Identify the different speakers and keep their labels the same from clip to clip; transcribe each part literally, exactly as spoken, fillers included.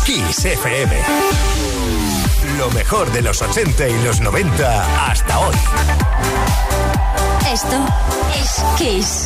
Speaker 1: Kiss F M. Lo mejor de los ochenta y los noventa hasta hoy.
Speaker 2: Esto es Kiss.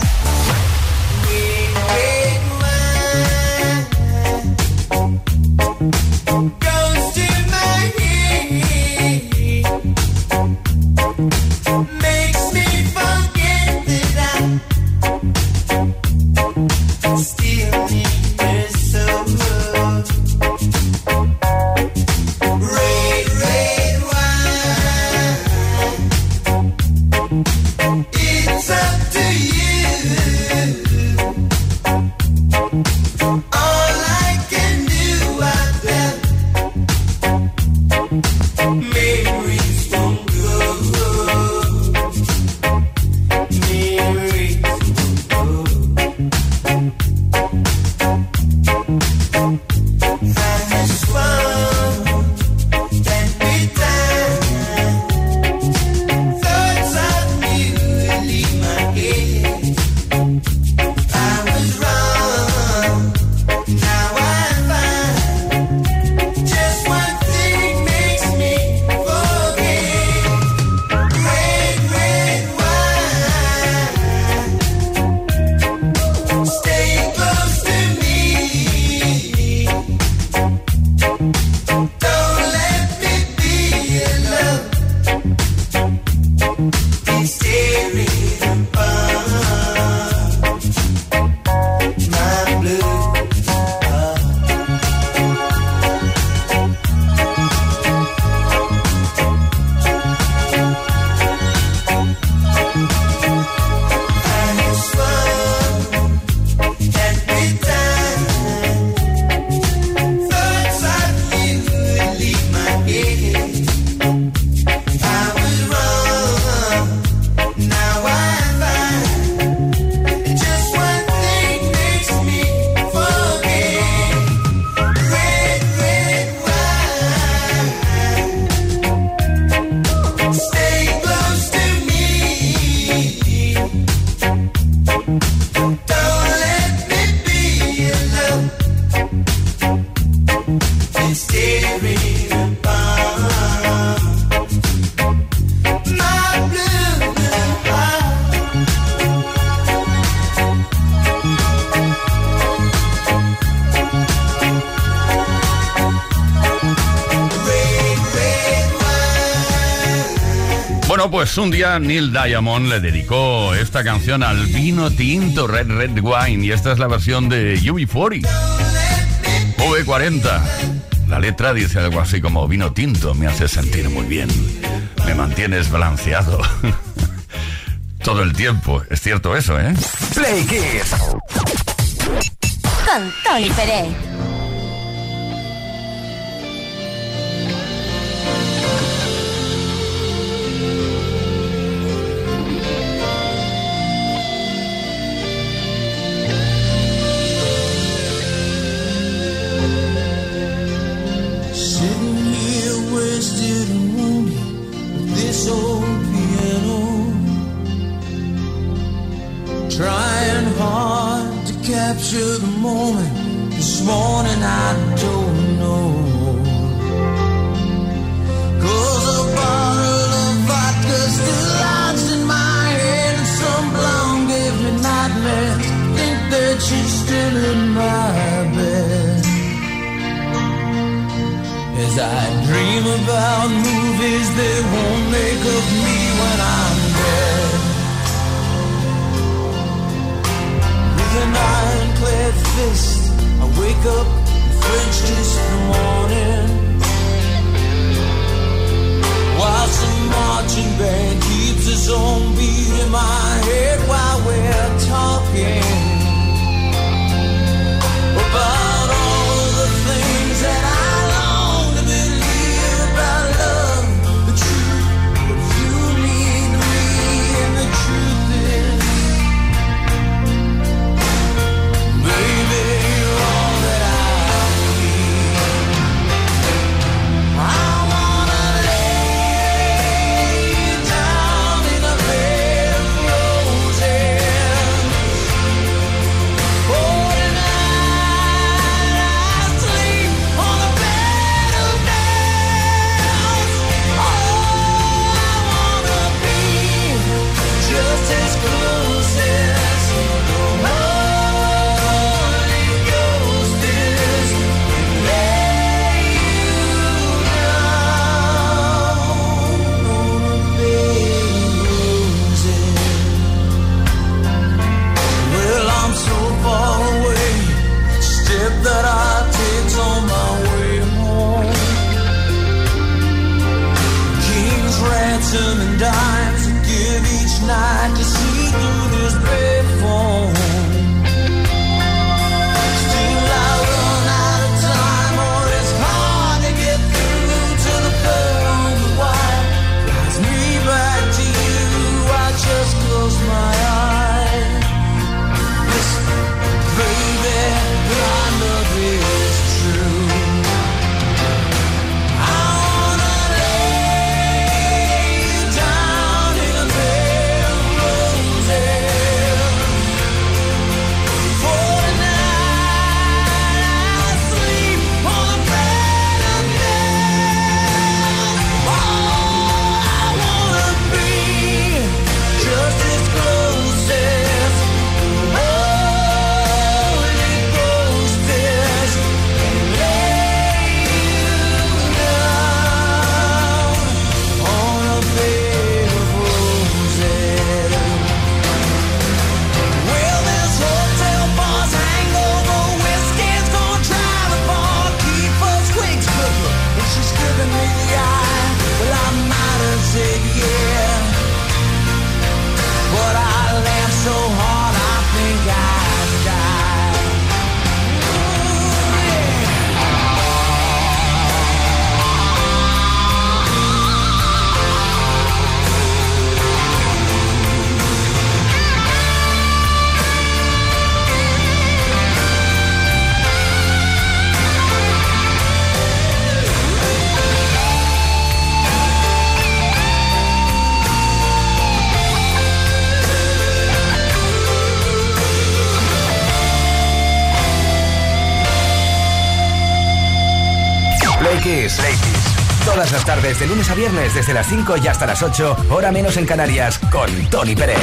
Speaker 3: Pues un día Neil Diamond le dedicó esta canción al vino tinto Red Red Wine, y esta es la versión de U B cuarenta. U B cuarenta. La letra dice algo así como: vino tinto me hace sentir muy bien, me mantienes balanceado todo el tiempo. Es cierto eso, ¿eh?
Speaker 1: Play Kiss
Speaker 2: con Tony Pérez.
Speaker 4: Trying hard to capture the moment. This morning I don't know. 'Cause a bottle of vodka still lies in my head, and some blonde gave me nightmares. Think that she's still in my bed. As I dream about movies that won't make of me when I'm dead. An ironclad fist, I wake up and French kiss the morning, while some marching band keeps its own beat in my head while we're talking about all the things that I long to believe about love, the truth, that you mean to me, and the truth is, baby, you're all that I need.
Speaker 1: Play Kiss. Play Kiss. Todas las tardes, de lunes a viernes, desde las cinco y hasta las ocho, hora menos en Canarias, con Tony Pérez.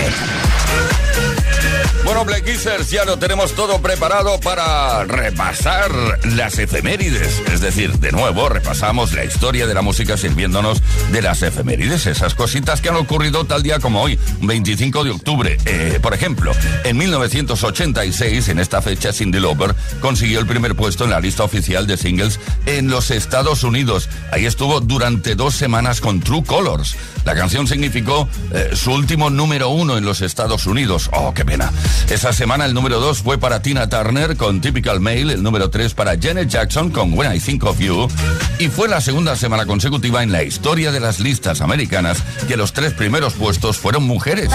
Speaker 3: Bueno, Play Kissers, ya lo tenemos todo preparado para repasar las efemérides. Es decir, de nuevo, repasamos la historia de la música sirviéndonos de las efemérides, esas cositas que han ocurrido tal día como hoy, veinticinco de octubre. Eh, por ejemplo, en mil novecientos ochenta y seis, en esta fecha, Cyndi Lauper consiguió el primer puesto en la lista oficial de singles en los Estados Unidos. Ahí estuvo durante dos semanas con True Colors. La canción significó eh, su último número uno en los Estados Unidos. ¡Oh, qué pena! Esa semana el número dos fue para Tina Turner con Typical Male, el número tres para Janet Jackson con When I Think of You, y fue la segunda semana consecutiva en la historia de las listas americanas que los tres primeros puestos fueron mujeres.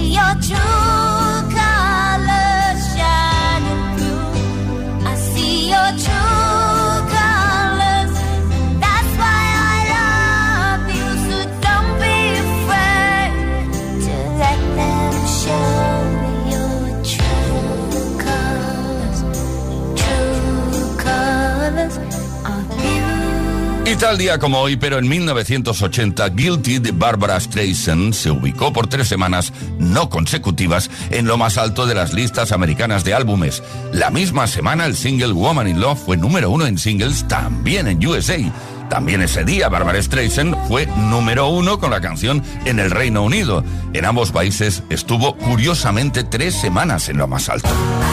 Speaker 3: Y tal día como hoy, pero en mil novecientos ochenta, Guilty de Barbara Streisand se ubicó por tres semanas no consecutivas en lo más alto de las listas americanas de álbumes. La misma semana el single Woman in Love fue número uno en singles también en U S A. También ese día Barbara Streisand fue número uno con la canción en el Reino Unido. En ambos países estuvo curiosamente tres semanas en lo más alto.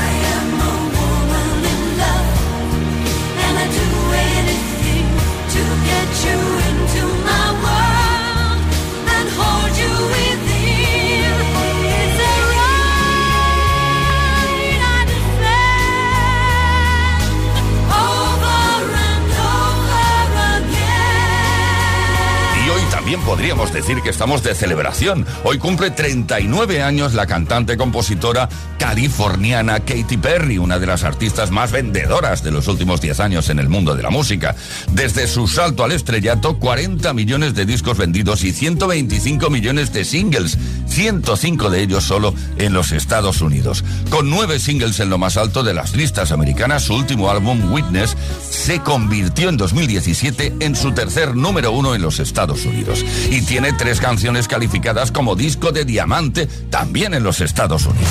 Speaker 3: También podríamos decir que estamos de celebración. Hoy cumple treinta y nueve años la cantante compositora californiana Katy Perry, una de las artistas más vendedoras de los últimos diez años en el mundo de la música. Desde su salto al estrellato, cuarenta millones de discos vendidos y ciento veinticinco millones de singles, ciento cinco de ellos solo en los Estados Unidos. Con nueve singles en lo más alto de las listas americanas, su último álbum, Witness, se convirtió en dos mil diecisiete en su tercer número uno en los Estados Unidos. Y tiene tres canciones calificadas como disco de diamante también en los Estados Unidos.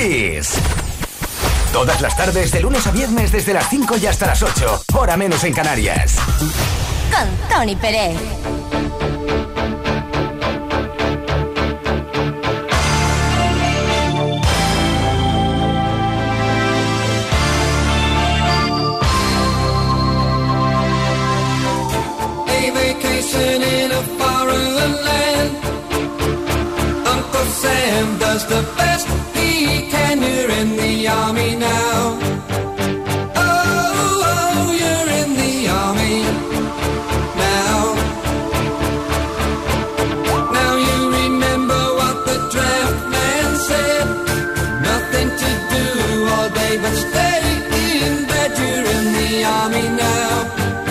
Speaker 1: Kiss. Todas las tardes, de lunes a viernes, desde las cinco y hasta las ocho, hora menos en Canarias.
Speaker 2: Con Tony Pérez.
Speaker 5: In a foreign land, Uncle Sam does the best he can. You're in the army now. Oh, oh, you're in the army now. Now you remember what the draft man said. Nothing to do all day but stay in bed. You're in the army now.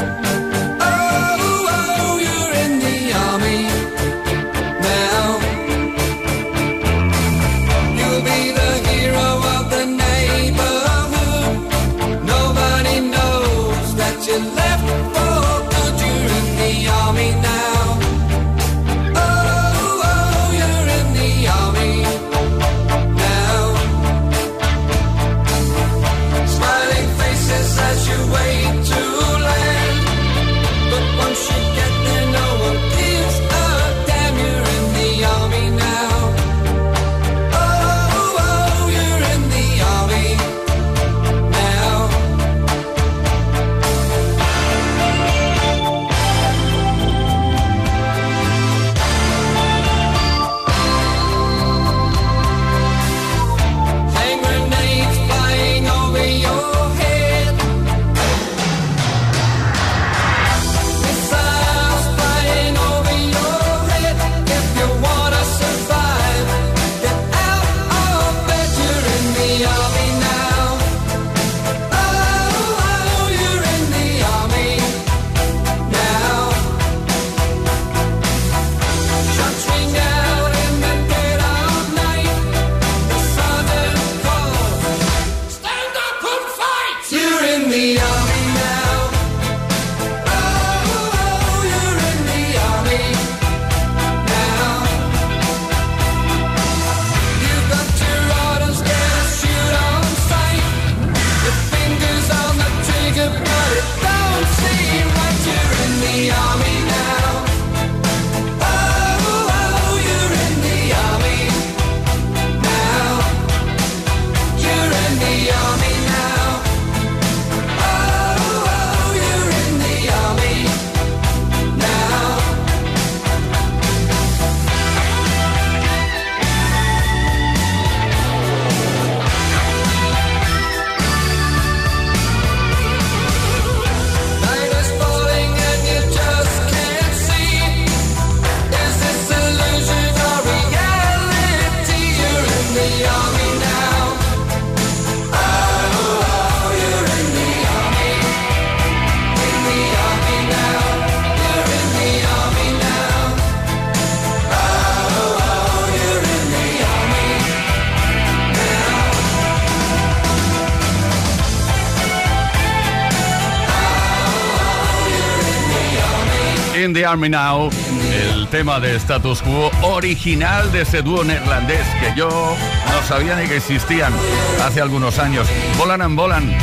Speaker 3: In the Army Now, el tema de Status Quo original de ese dúo neerlandés que yo no sabía ni que existían hace algunos años. Bolan and Bolan,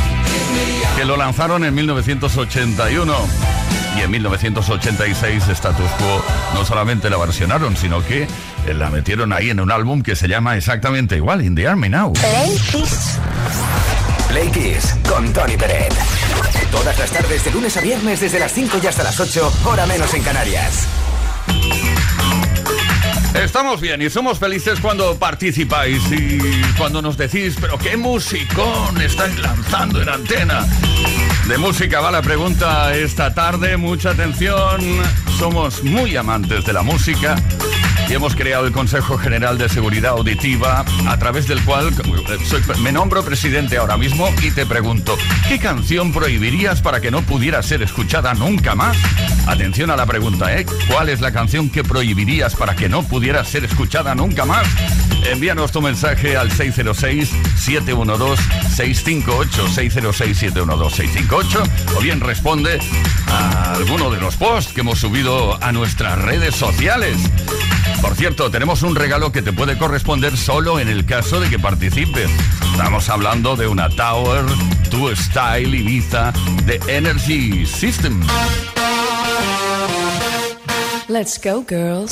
Speaker 3: que lo lanzaron en mil novecientos ochenta y uno. Y en mil novecientos ochenta y seis Status Quo no solamente la versionaron, sino que la metieron ahí en un álbum que se llama exactamente igual, In the Army Now.
Speaker 2: Play Kiss.
Speaker 1: Play Kiss con Tony Pérez. Todas las tardes, de lunes a viernes, desde las cinco y hasta las ocho, hora menos en Canarias.
Speaker 3: Estamos bien y somos felices cuando participáis y cuando nos decís, pero qué musicón estáis lanzando en antena. De música va la pregunta esta tarde, mucha atención. Somos muy amantes de la música y hemos creado el Consejo General de Seguridad Auditiva, a través del cual soy, me nombro presidente ahora mismo y te pregunto, ¿qué canción prohibirías para que no pudiera ser escuchada nunca más? Atención a la pregunta, ¿eh? ¿Cuál es la canción que prohibirías para que no pudiera ser escuchada nunca más? Envíanos tu mensaje al seis cero seis, siete uno dos, seis cinco ocho, seis cero seis, siete uno dos, seis cinco ocho, o bien responde a alguno de los posts que hemos subido a nuestras redes sociales. Por cierto, tenemos un regalo que te puede corresponder solo en el caso de que participes. Estamos hablando de una Tower two Style Ibiza de Energy System.
Speaker 6: Let's go, girls.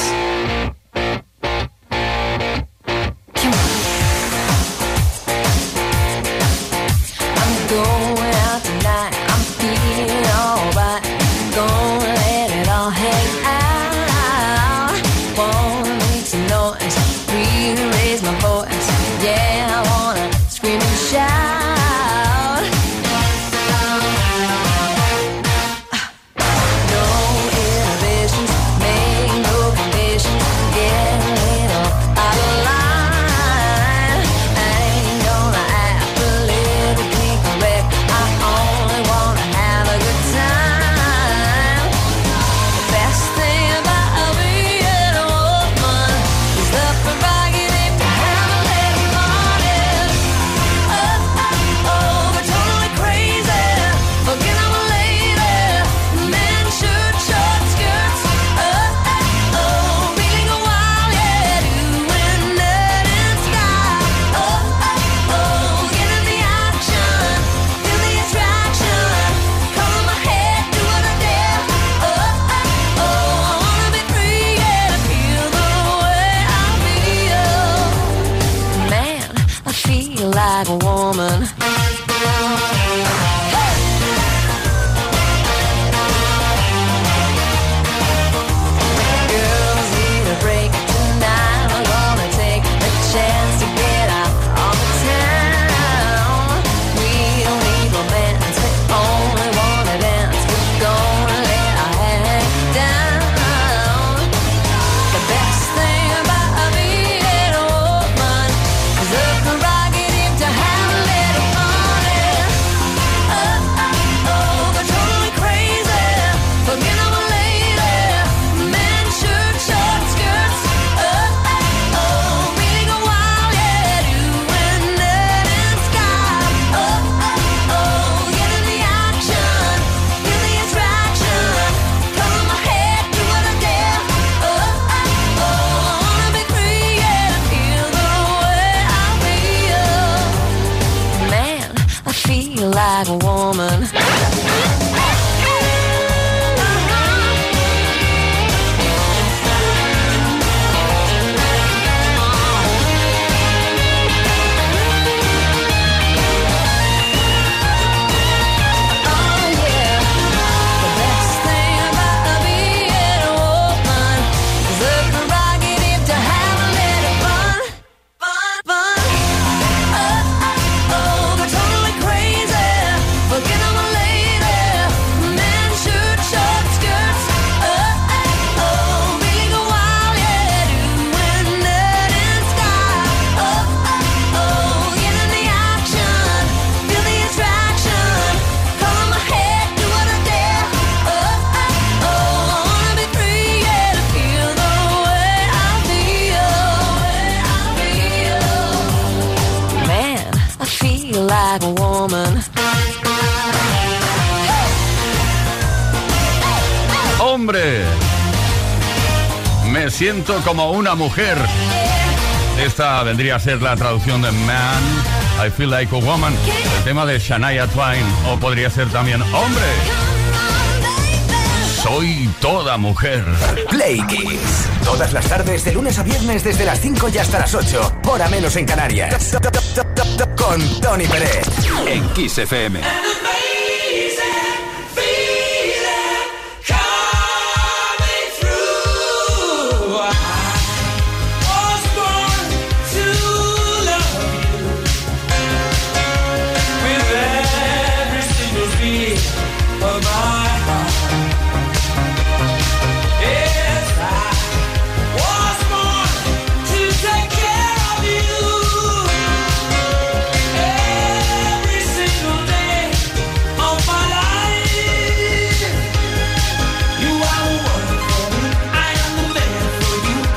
Speaker 6: Like a woman. Girls need a break tonight. We're gonna take a chance to get out on the town. We don't need romance, we only wanna dance. We're gonna let our head down. The best thing about being a woman is the prerogative to have a little fun. Oh, oh, oh, but totally crazy. Forget I'm a lady. Men, shirt, short skirts. Oh, oh, oh, feeling a wild, yeah, doing it in sky. Oh, oh, oh, get in the action, feel the attraction. Color my head, do what I dare. Oh, oh, oh, I wanna be free, yeah, feel the way I feel. Man, I feel like a woman. Oh yeah, the best thing about being a woman is the prerogative to have a little fun, fun, fun. Oh, oh, oh, but totally crazy. Forget I'm a lady. Men, shirt, short skirts. Oh, oh, oh, being a wild, yeah, doing it in sky. Oh, oh, oh, get in the action, feel the attraction. Color my head, do what I dare. Oh, oh, oh, I wanna be free, yeah, to feel the way I feel, way I feel. Man, I feel like a woman.
Speaker 3: ¡Hombre! Me siento como una mujer. Esta vendría a ser la traducción de Man, I Feel Like a Woman. El tema de Shania Twain. O podría ser también ¡Hombre! Soy toda mujer.
Speaker 1: Play Kiss. Todas las tardes, de lunes a viernes, desde las cinco y hasta las ocho. Hora menos en Canarias. Con Tony Pérez. En Kiss F M.
Speaker 4: You are the one for me. I am the man for you.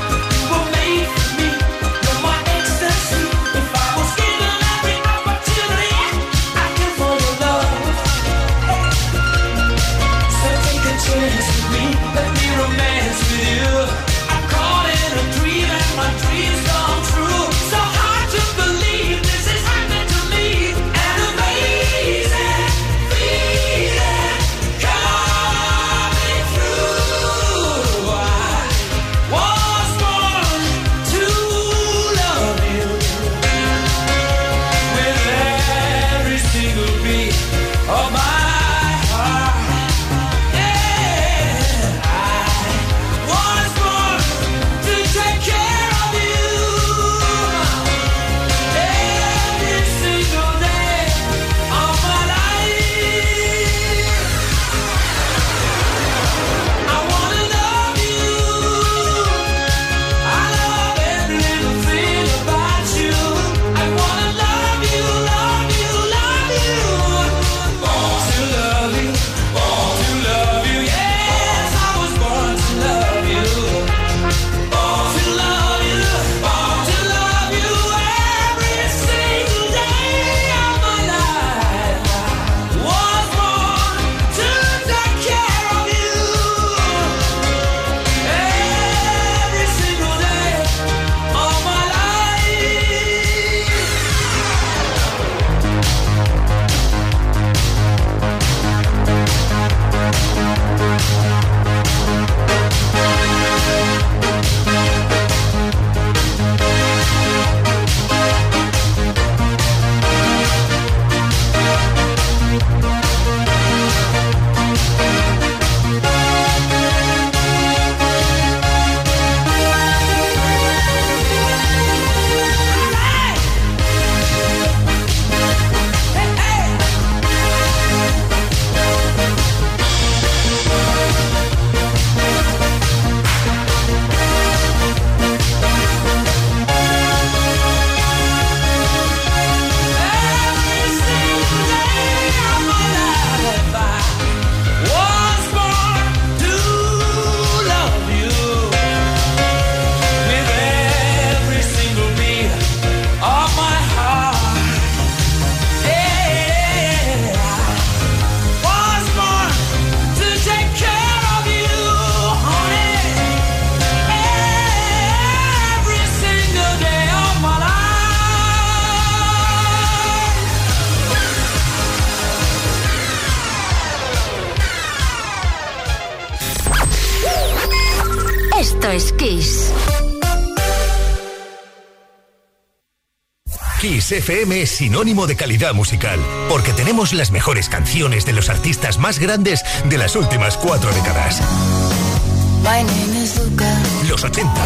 Speaker 7: Kiss F M es sinónimo de calidad musical, porque tenemos las mejores canciones de los artistas más grandes de las últimas cuatro décadas.
Speaker 6: My name is Luca.
Speaker 7: Los ochenta,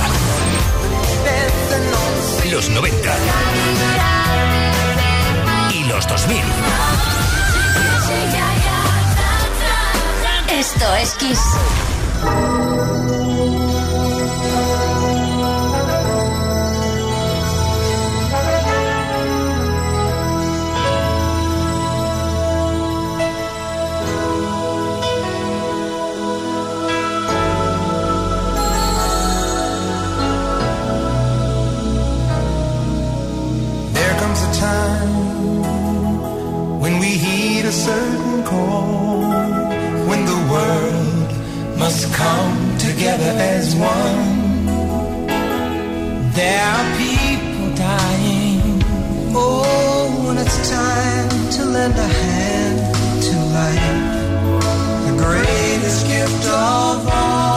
Speaker 7: los noventa y los dos mil.
Speaker 2: Esto es Kiss.
Speaker 4: When we heed a certain call, when the world must come together as one. There are people dying. Oh, when it's time to lend a hand to life, the greatest gift of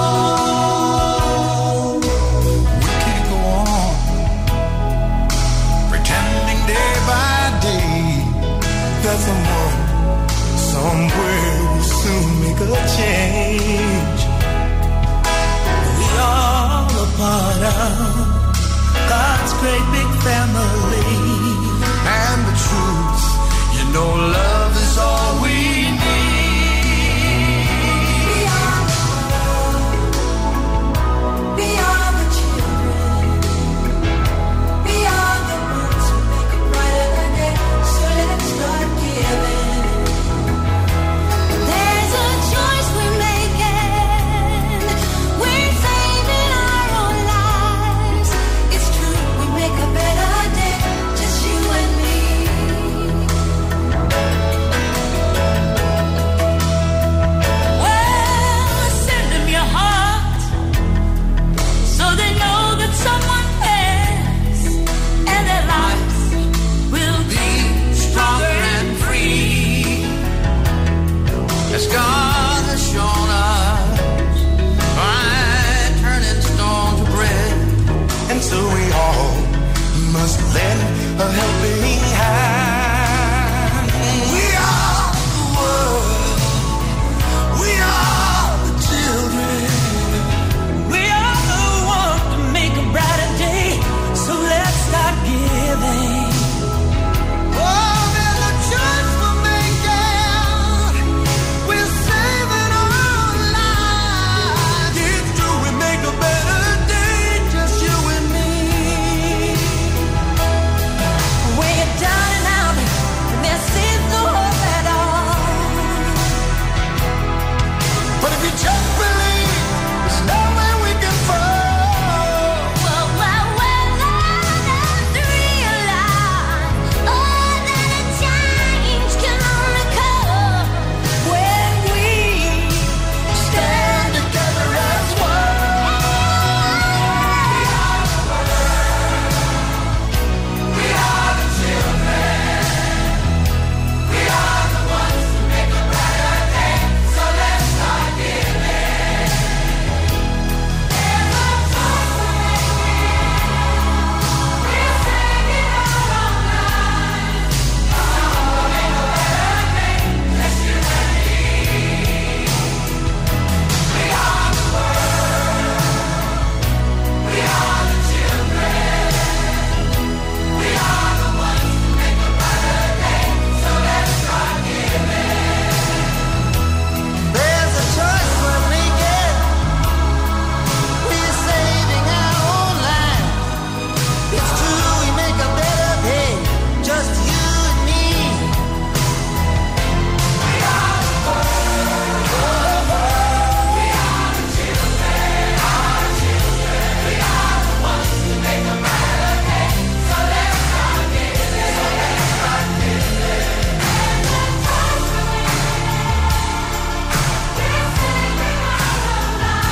Speaker 4: all. We can't go on pretending day by day that someone somewhere will soon make a change. We are a part of God's great big family, and the truth, you know, love is all we need. We are the world, we are the children, we are the ones who make a brighter day. So let's start giving.
Speaker 6: There's a choice we're making. We're saving our own lives. It's true, we make a better day, just you and me. Well, send them your heart, so they know that someone cares, and their lives will be
Speaker 4: Stronger and free, as God has shown us, by turning stone to bread. And so we all must lend a helping hand. We are the world, we are the children, we are the ones to make a brighter day. So let's start giving. Oh, there's a choice we're making. We're saving our own lives. It's true, we make a better day, just you and me.
Speaker 6: when you're down and out, and there seems no hope at all.
Speaker 4: But if you just believe, there's nowhere we can fall.
Speaker 6: Well, well, well, let us realize, oh, that a change can only come when we
Speaker 4: Stand together as one. We are the children. We are the ones to make a brighter day. So let's start giving. There's a choice we're making. We're saving our own lives. So we'll make a better day, just you and me. We are the world. We are the children. We are the ones to make a brighter day. So let's start giving. There's a choice we're making. We're saving our own lives. It's true, we make a better day, just you and me. We are the world. We are the children. Our children. We are the ones to make a brighter day. So let's start giving. So let's start giving. There's a choice we're making. We're saving our own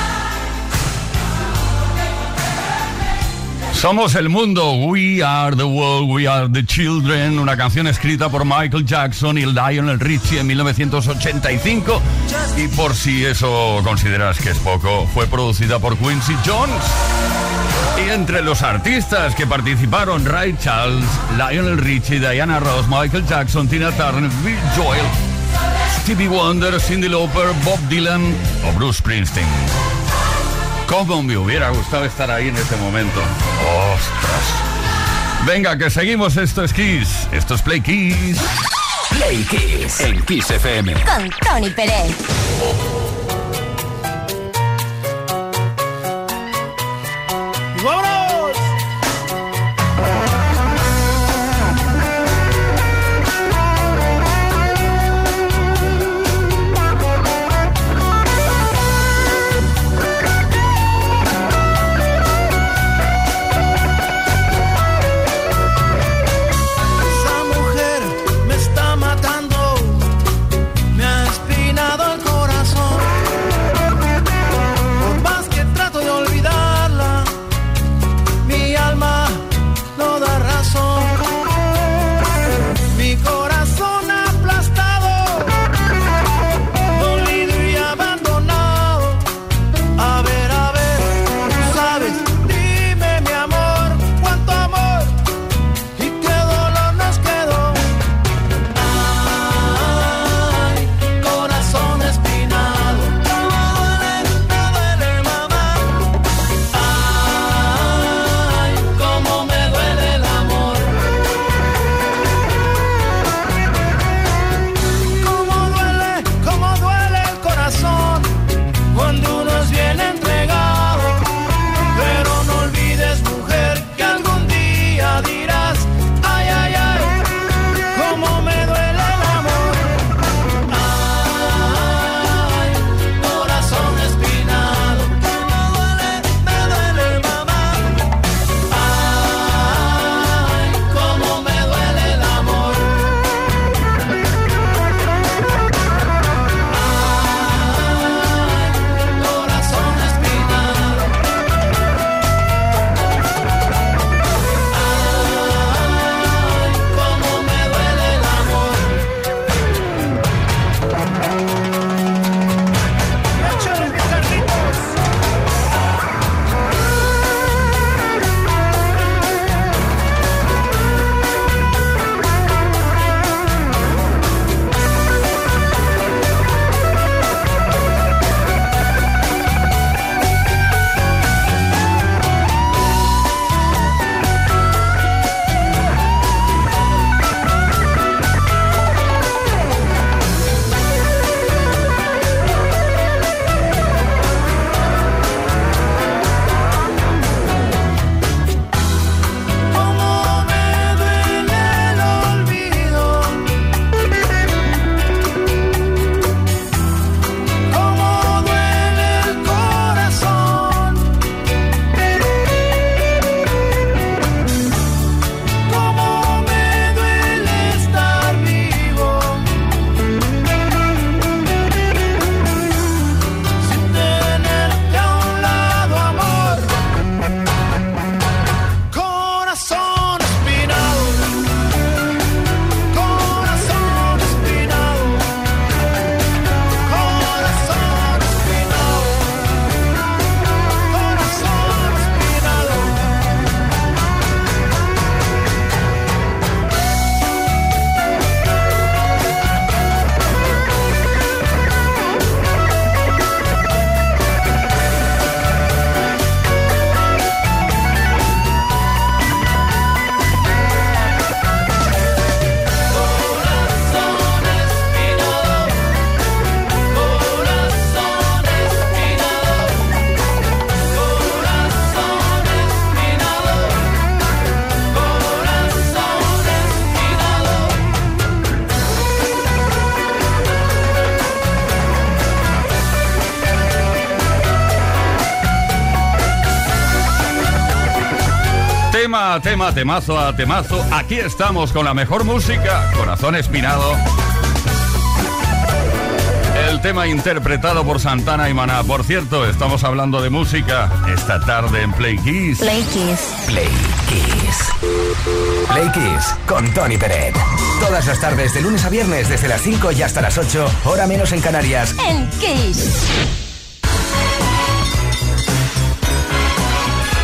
Speaker 4: lives.
Speaker 3: Somos el mundo, we are the world, we are the children, una canción escrita por Michael Jackson y Lionel Richie en mil novecientos ochenta y cinco, y por si eso consideras que es poco, fue producida por Quincy Jones. Y entre los artistas que participaron, Ray Charles, Lionel Richie, Diana Ross, Michael Jackson, Tina Turner, Bill Joel, Stevie Wonder, Cyndi Lauper, Bob Dylan o Bruce Springsteen. Cómo me hubiera gustado estar ahí en ese momento. ¡Ostras! Venga, que seguimos. Esto es Kiss. Esto es Play Kiss.
Speaker 1: Play Kiss en Kiss F M.
Speaker 2: Con Tony Pérez.
Speaker 3: Tema, tema, temazo a temazo. Aquí estamos con la mejor música. Corazón Espinado. El tema interpretado por Santana y Maná. Por cierto, estamos hablando de música esta tarde en Play Kiss.
Speaker 2: Play Kiss.
Speaker 1: Play Kiss. Play Kiss con Tony Pérez. Todas las tardes de lunes a viernes desde las cinco y hasta las ocho, hora menos en Canarias.
Speaker 2: En Kiss.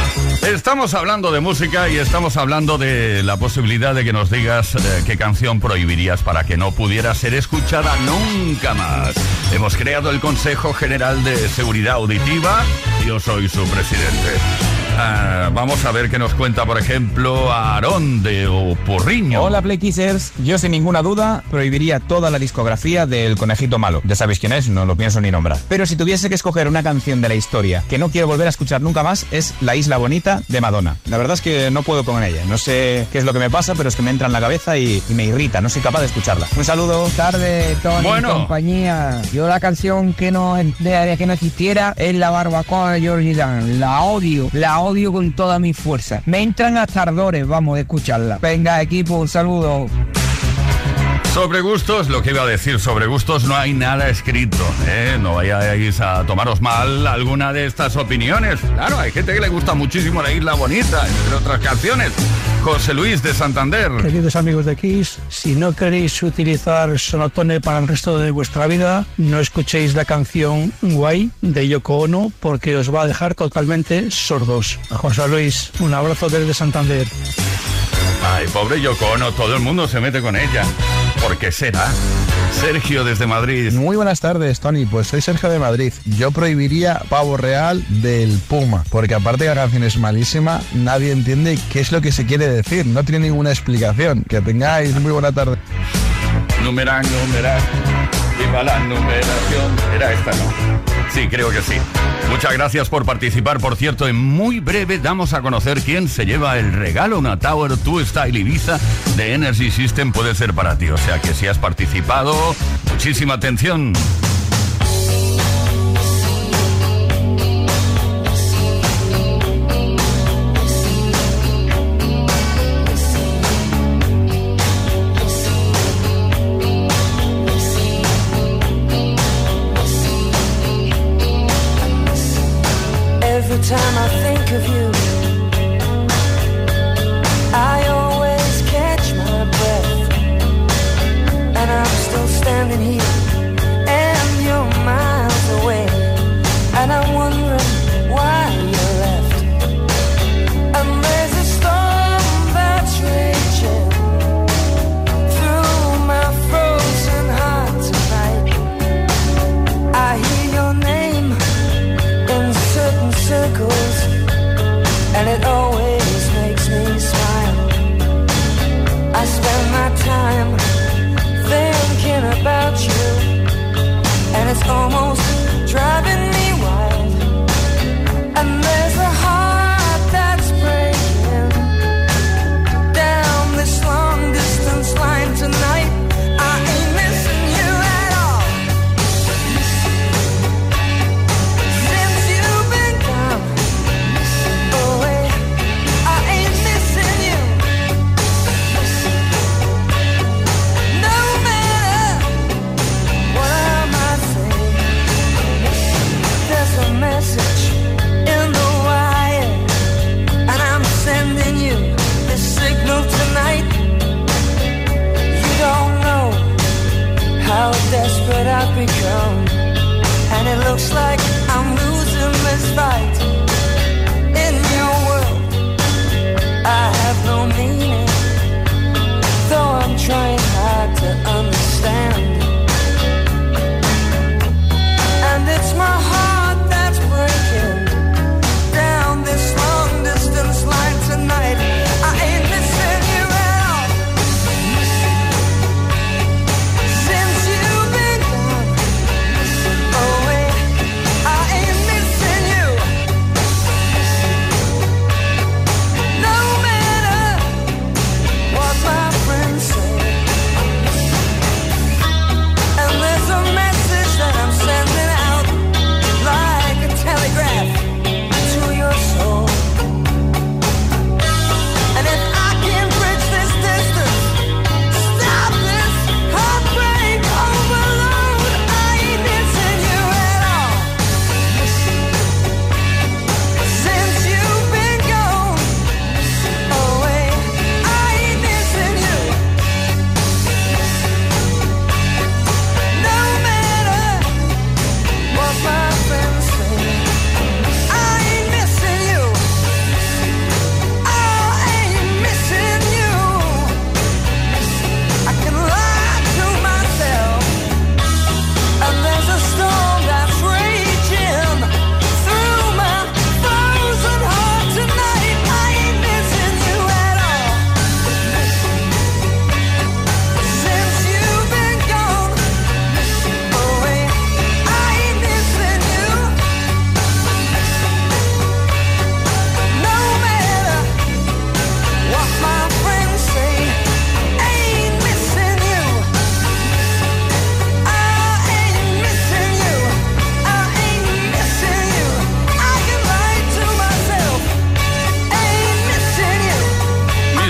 Speaker 3: Estamos hablando de música y estamos hablando de la posibilidad de que nos digas eh, qué canción prohibirías para que no pudiera ser escuchada nunca más. Hemos creado el Consejo General de Seguridad Auditiva y yo soy su presidente. Uh, vamos a ver qué nos cuenta, por ejemplo, Aarón de Oporriño.
Speaker 8: Hola, Play Kissers. Yo, sin ninguna duda, prohibiría toda la discografía del Conejito Malo. Ya sabéis quién es, no lo pienso ni nombrar. Pero si tuviese que escoger una canción de la historia que no quiero volver a escuchar nunca más, es La Isla Bonita de Madonna. La verdad es que no puedo con ella. No sé qué es lo que me pasa, pero es que me entra en la cabeza y, y me irrita. No soy capaz de escucharla. Un saludo.
Speaker 9: Tarde, Tony,
Speaker 3: bueno.
Speaker 9: compañía. Yo la canción que no, de, que no existiera es La Barbacoa de Georgie Dan. La odio, la odio con toda mi fuerza. Me entran hasta ardores, vamos, de escucharla. Venga, equipo, un saludo.
Speaker 3: Sobre gustos, lo que iba a decir, sobre gustos no hay nada escrito, ¿eh? No vayáis a tomaros mal alguna de estas opiniones. Claro, hay gente que le gusta muchísimo La Isla Bonita, entre otras canciones. José Luis de Santander.
Speaker 10: Queridos amigos de Kiss, si no queréis utilizar Sonotone para el resto de vuestra vida, no escuchéis la canción Guay de Yoko Ono porque os va a dejar totalmente sordos. A José Luis, un abrazo desde Santander.
Speaker 3: Ay, pobre Yoko Ono, todo el mundo se mete con ella. ¿Por qué será? Sergio desde Madrid.
Speaker 11: Muy buenas tardes, Tony. Pues soy Sergio de Madrid. Yo prohibiría Pavo Real del Puma, porque aparte que la canción es malísima, nadie entiende qué es lo que se quiere decir. No tiene ninguna explicación. Que tengáis muy buena tarde.
Speaker 3: Numeran, numeran. Viva la numeración. Era esta, ¿no? Sí, creo que sí. Muchas gracias por participar. Por cierto, en muy breve damos a conocer quién se lleva el regalo. Una Tower two Style Ibiza de Energy System puede ser para ti. O sea que si has participado, muchísima atención.
Speaker 6: Every time I think of you, I always catch my breath, and I'm still standing here, and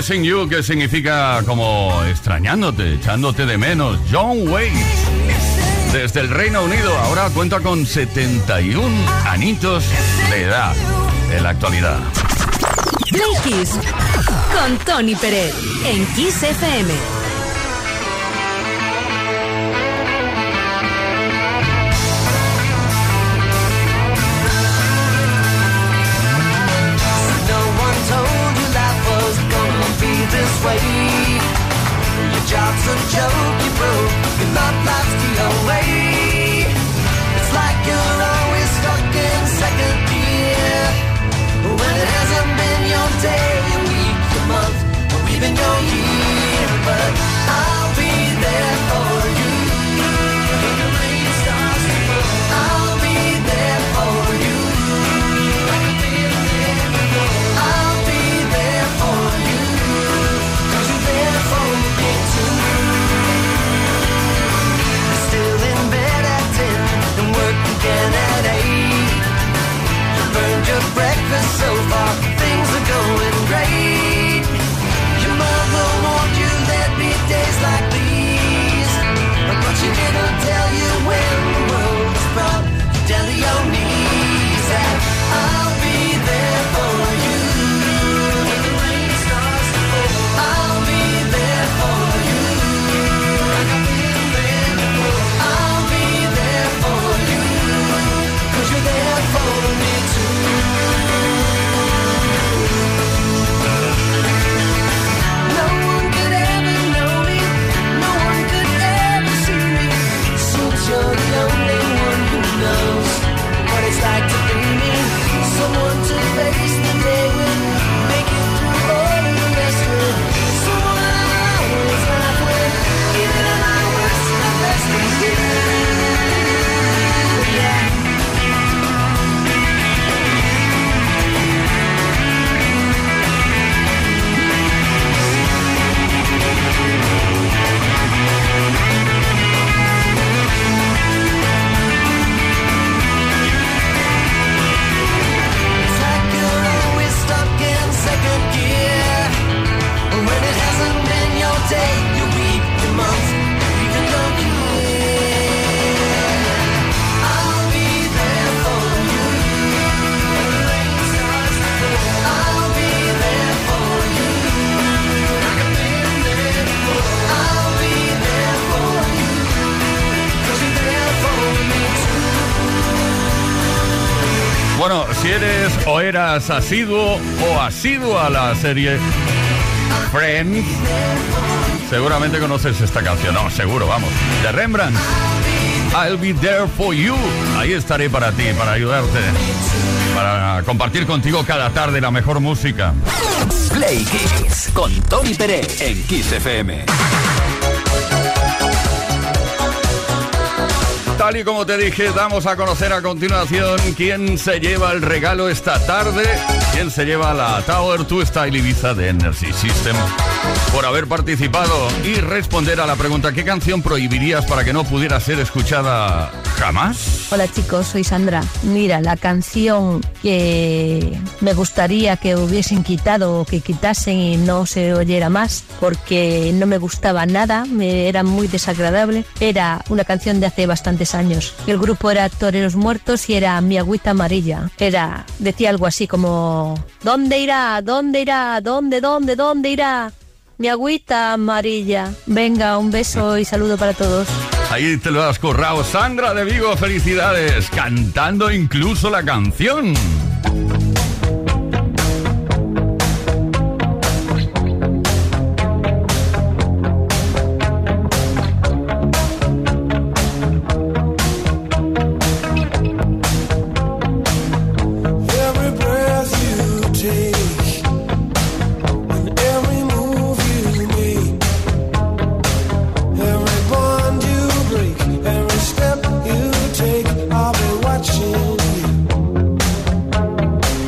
Speaker 3: Missing You, que significa como extrañándote, echándote de menos. John Waite, desde el Reino Unido, ahora cuenta con setenta y un añitos de edad en la actualidad.
Speaker 12: Play Kiss con Tony Pérez en Kiss F M.
Speaker 4: This way, your job's a joke, you broke, your love life's the away. It's like you're always stuck in second gear, when it hasn't been your day, your week, your month, or even your year. But I'll be there for you when the rain starts to fall. I'll be there for you. I'll be there for you. Again at eight, you burned your breakfast so far, things are going great. Your mother warned you there'd be days like these, but she didn't tell you when the world was brought you down to your knees. And I'll be there for you when the rain starts to fall. I'll be there for you like I've been there before. I'll be there for you. You're there for me too. No one could ever know me, no one could ever see me. Seems you're the only one who knows what it's like to be me. Someone to face the day with, make it through all of the rest with. Someone I always laugh with, even at my worst, the best is you. Yeah.
Speaker 3: Bueno, si eres o eras asiduo o asidua a la serie Friends, seguramente conoces esta canción. No, seguro, vamos. De Rembrandt. I'll be there for you. Ahí estaré para ti, para ayudarte, para compartir contigo cada tarde la mejor música.
Speaker 1: Play Kiss con Tony Pérez en Kiss F M.
Speaker 3: Tal y como te dije, damos a conocer a continuación quién se lleva el regalo esta tarde, quién se lleva la Tower two Style Ibiza de Energy System, por haber participado y responder a la pregunta: ¿qué canción prohibirías para que no pudiera ser escuchada jamás?
Speaker 13: Hola chicos, soy Sandra. Mira, la canción que me gustaría que hubiesen quitado o que quitasen y no se oyera más, porque no me gustaba nada, me era muy desagradable, era una canción de hace bastantes años. El grupo era Toreros Muertos y era Mi Agüita Amarilla. Era, decía algo así como: ¿dónde irá? ¿Dónde irá? ¿Dónde, dónde, dónde irá? Mi agüita amarilla. Venga, un beso y saludo para todos.
Speaker 3: Ahí te lo has currado, Sandra de Vigo, felicidades, cantando incluso la canción.
Speaker 4: Step you take, I'll be watching you.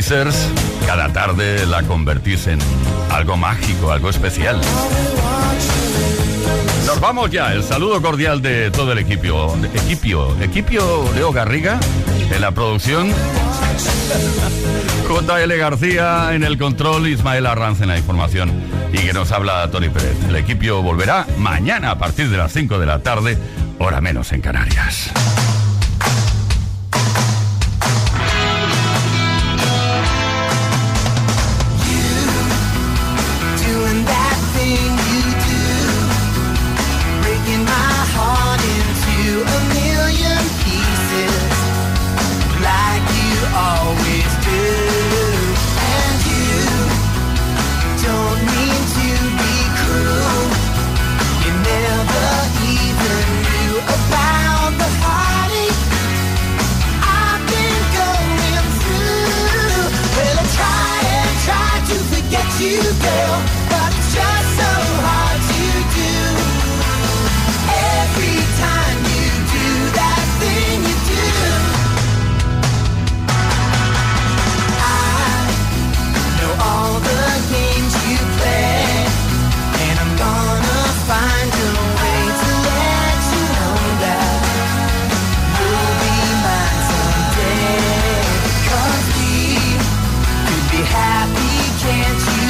Speaker 3: Kissers, cada tarde la convertís en algo mágico, algo especial. Nos vamos ya. El saludo cordial de todo el equipo. Equipo, equipo Leo Garriga en la producción. J L García en el control, Ismael Arranz en la información y que nos habla Tony Pérez. El equipo volverá mañana a partir de las cinco de la tarde, hora menos en Canarias.
Speaker 4: You, girl, but it's just so hard to do. Every time you do that thing you do, I know all the games you play, and I'm gonna find a way to let you know that you'll be mine someday. 'Cause we could be happy, can't you?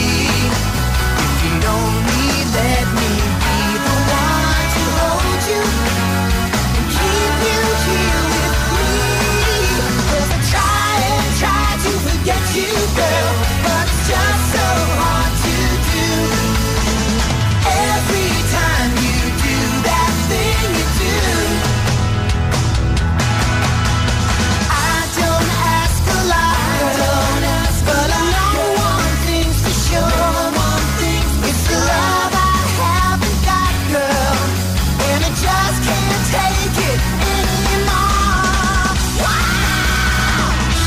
Speaker 4: Only let me be the one to hold you and keep you here with me. 'Cause I try and try to forget you, girl, but it's just so hard to do. Every time you do that thing you do, I don't ask a lot, don't ask but I know one thing's for sure. It's the love I haven't got, girl, and I just can't take it anymore. Wow!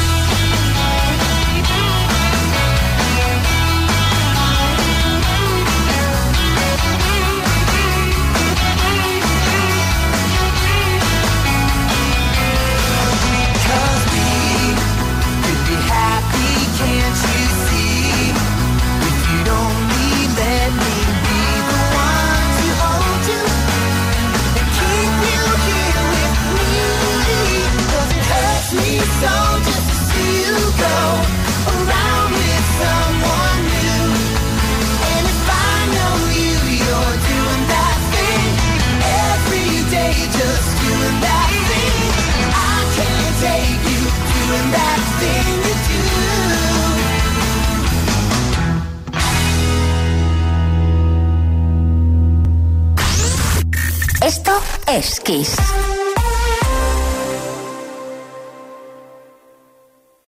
Speaker 4: Cause we could be happy, can't you see? If you'd only let me be the one to hold you and keep you here with me. 'Cause it hurts me so just to see you go around with someone new. And if I know you, you're doing that thing every day, just doing that thing. I can't take you doing that thing you do.
Speaker 2: Esto es Kiss.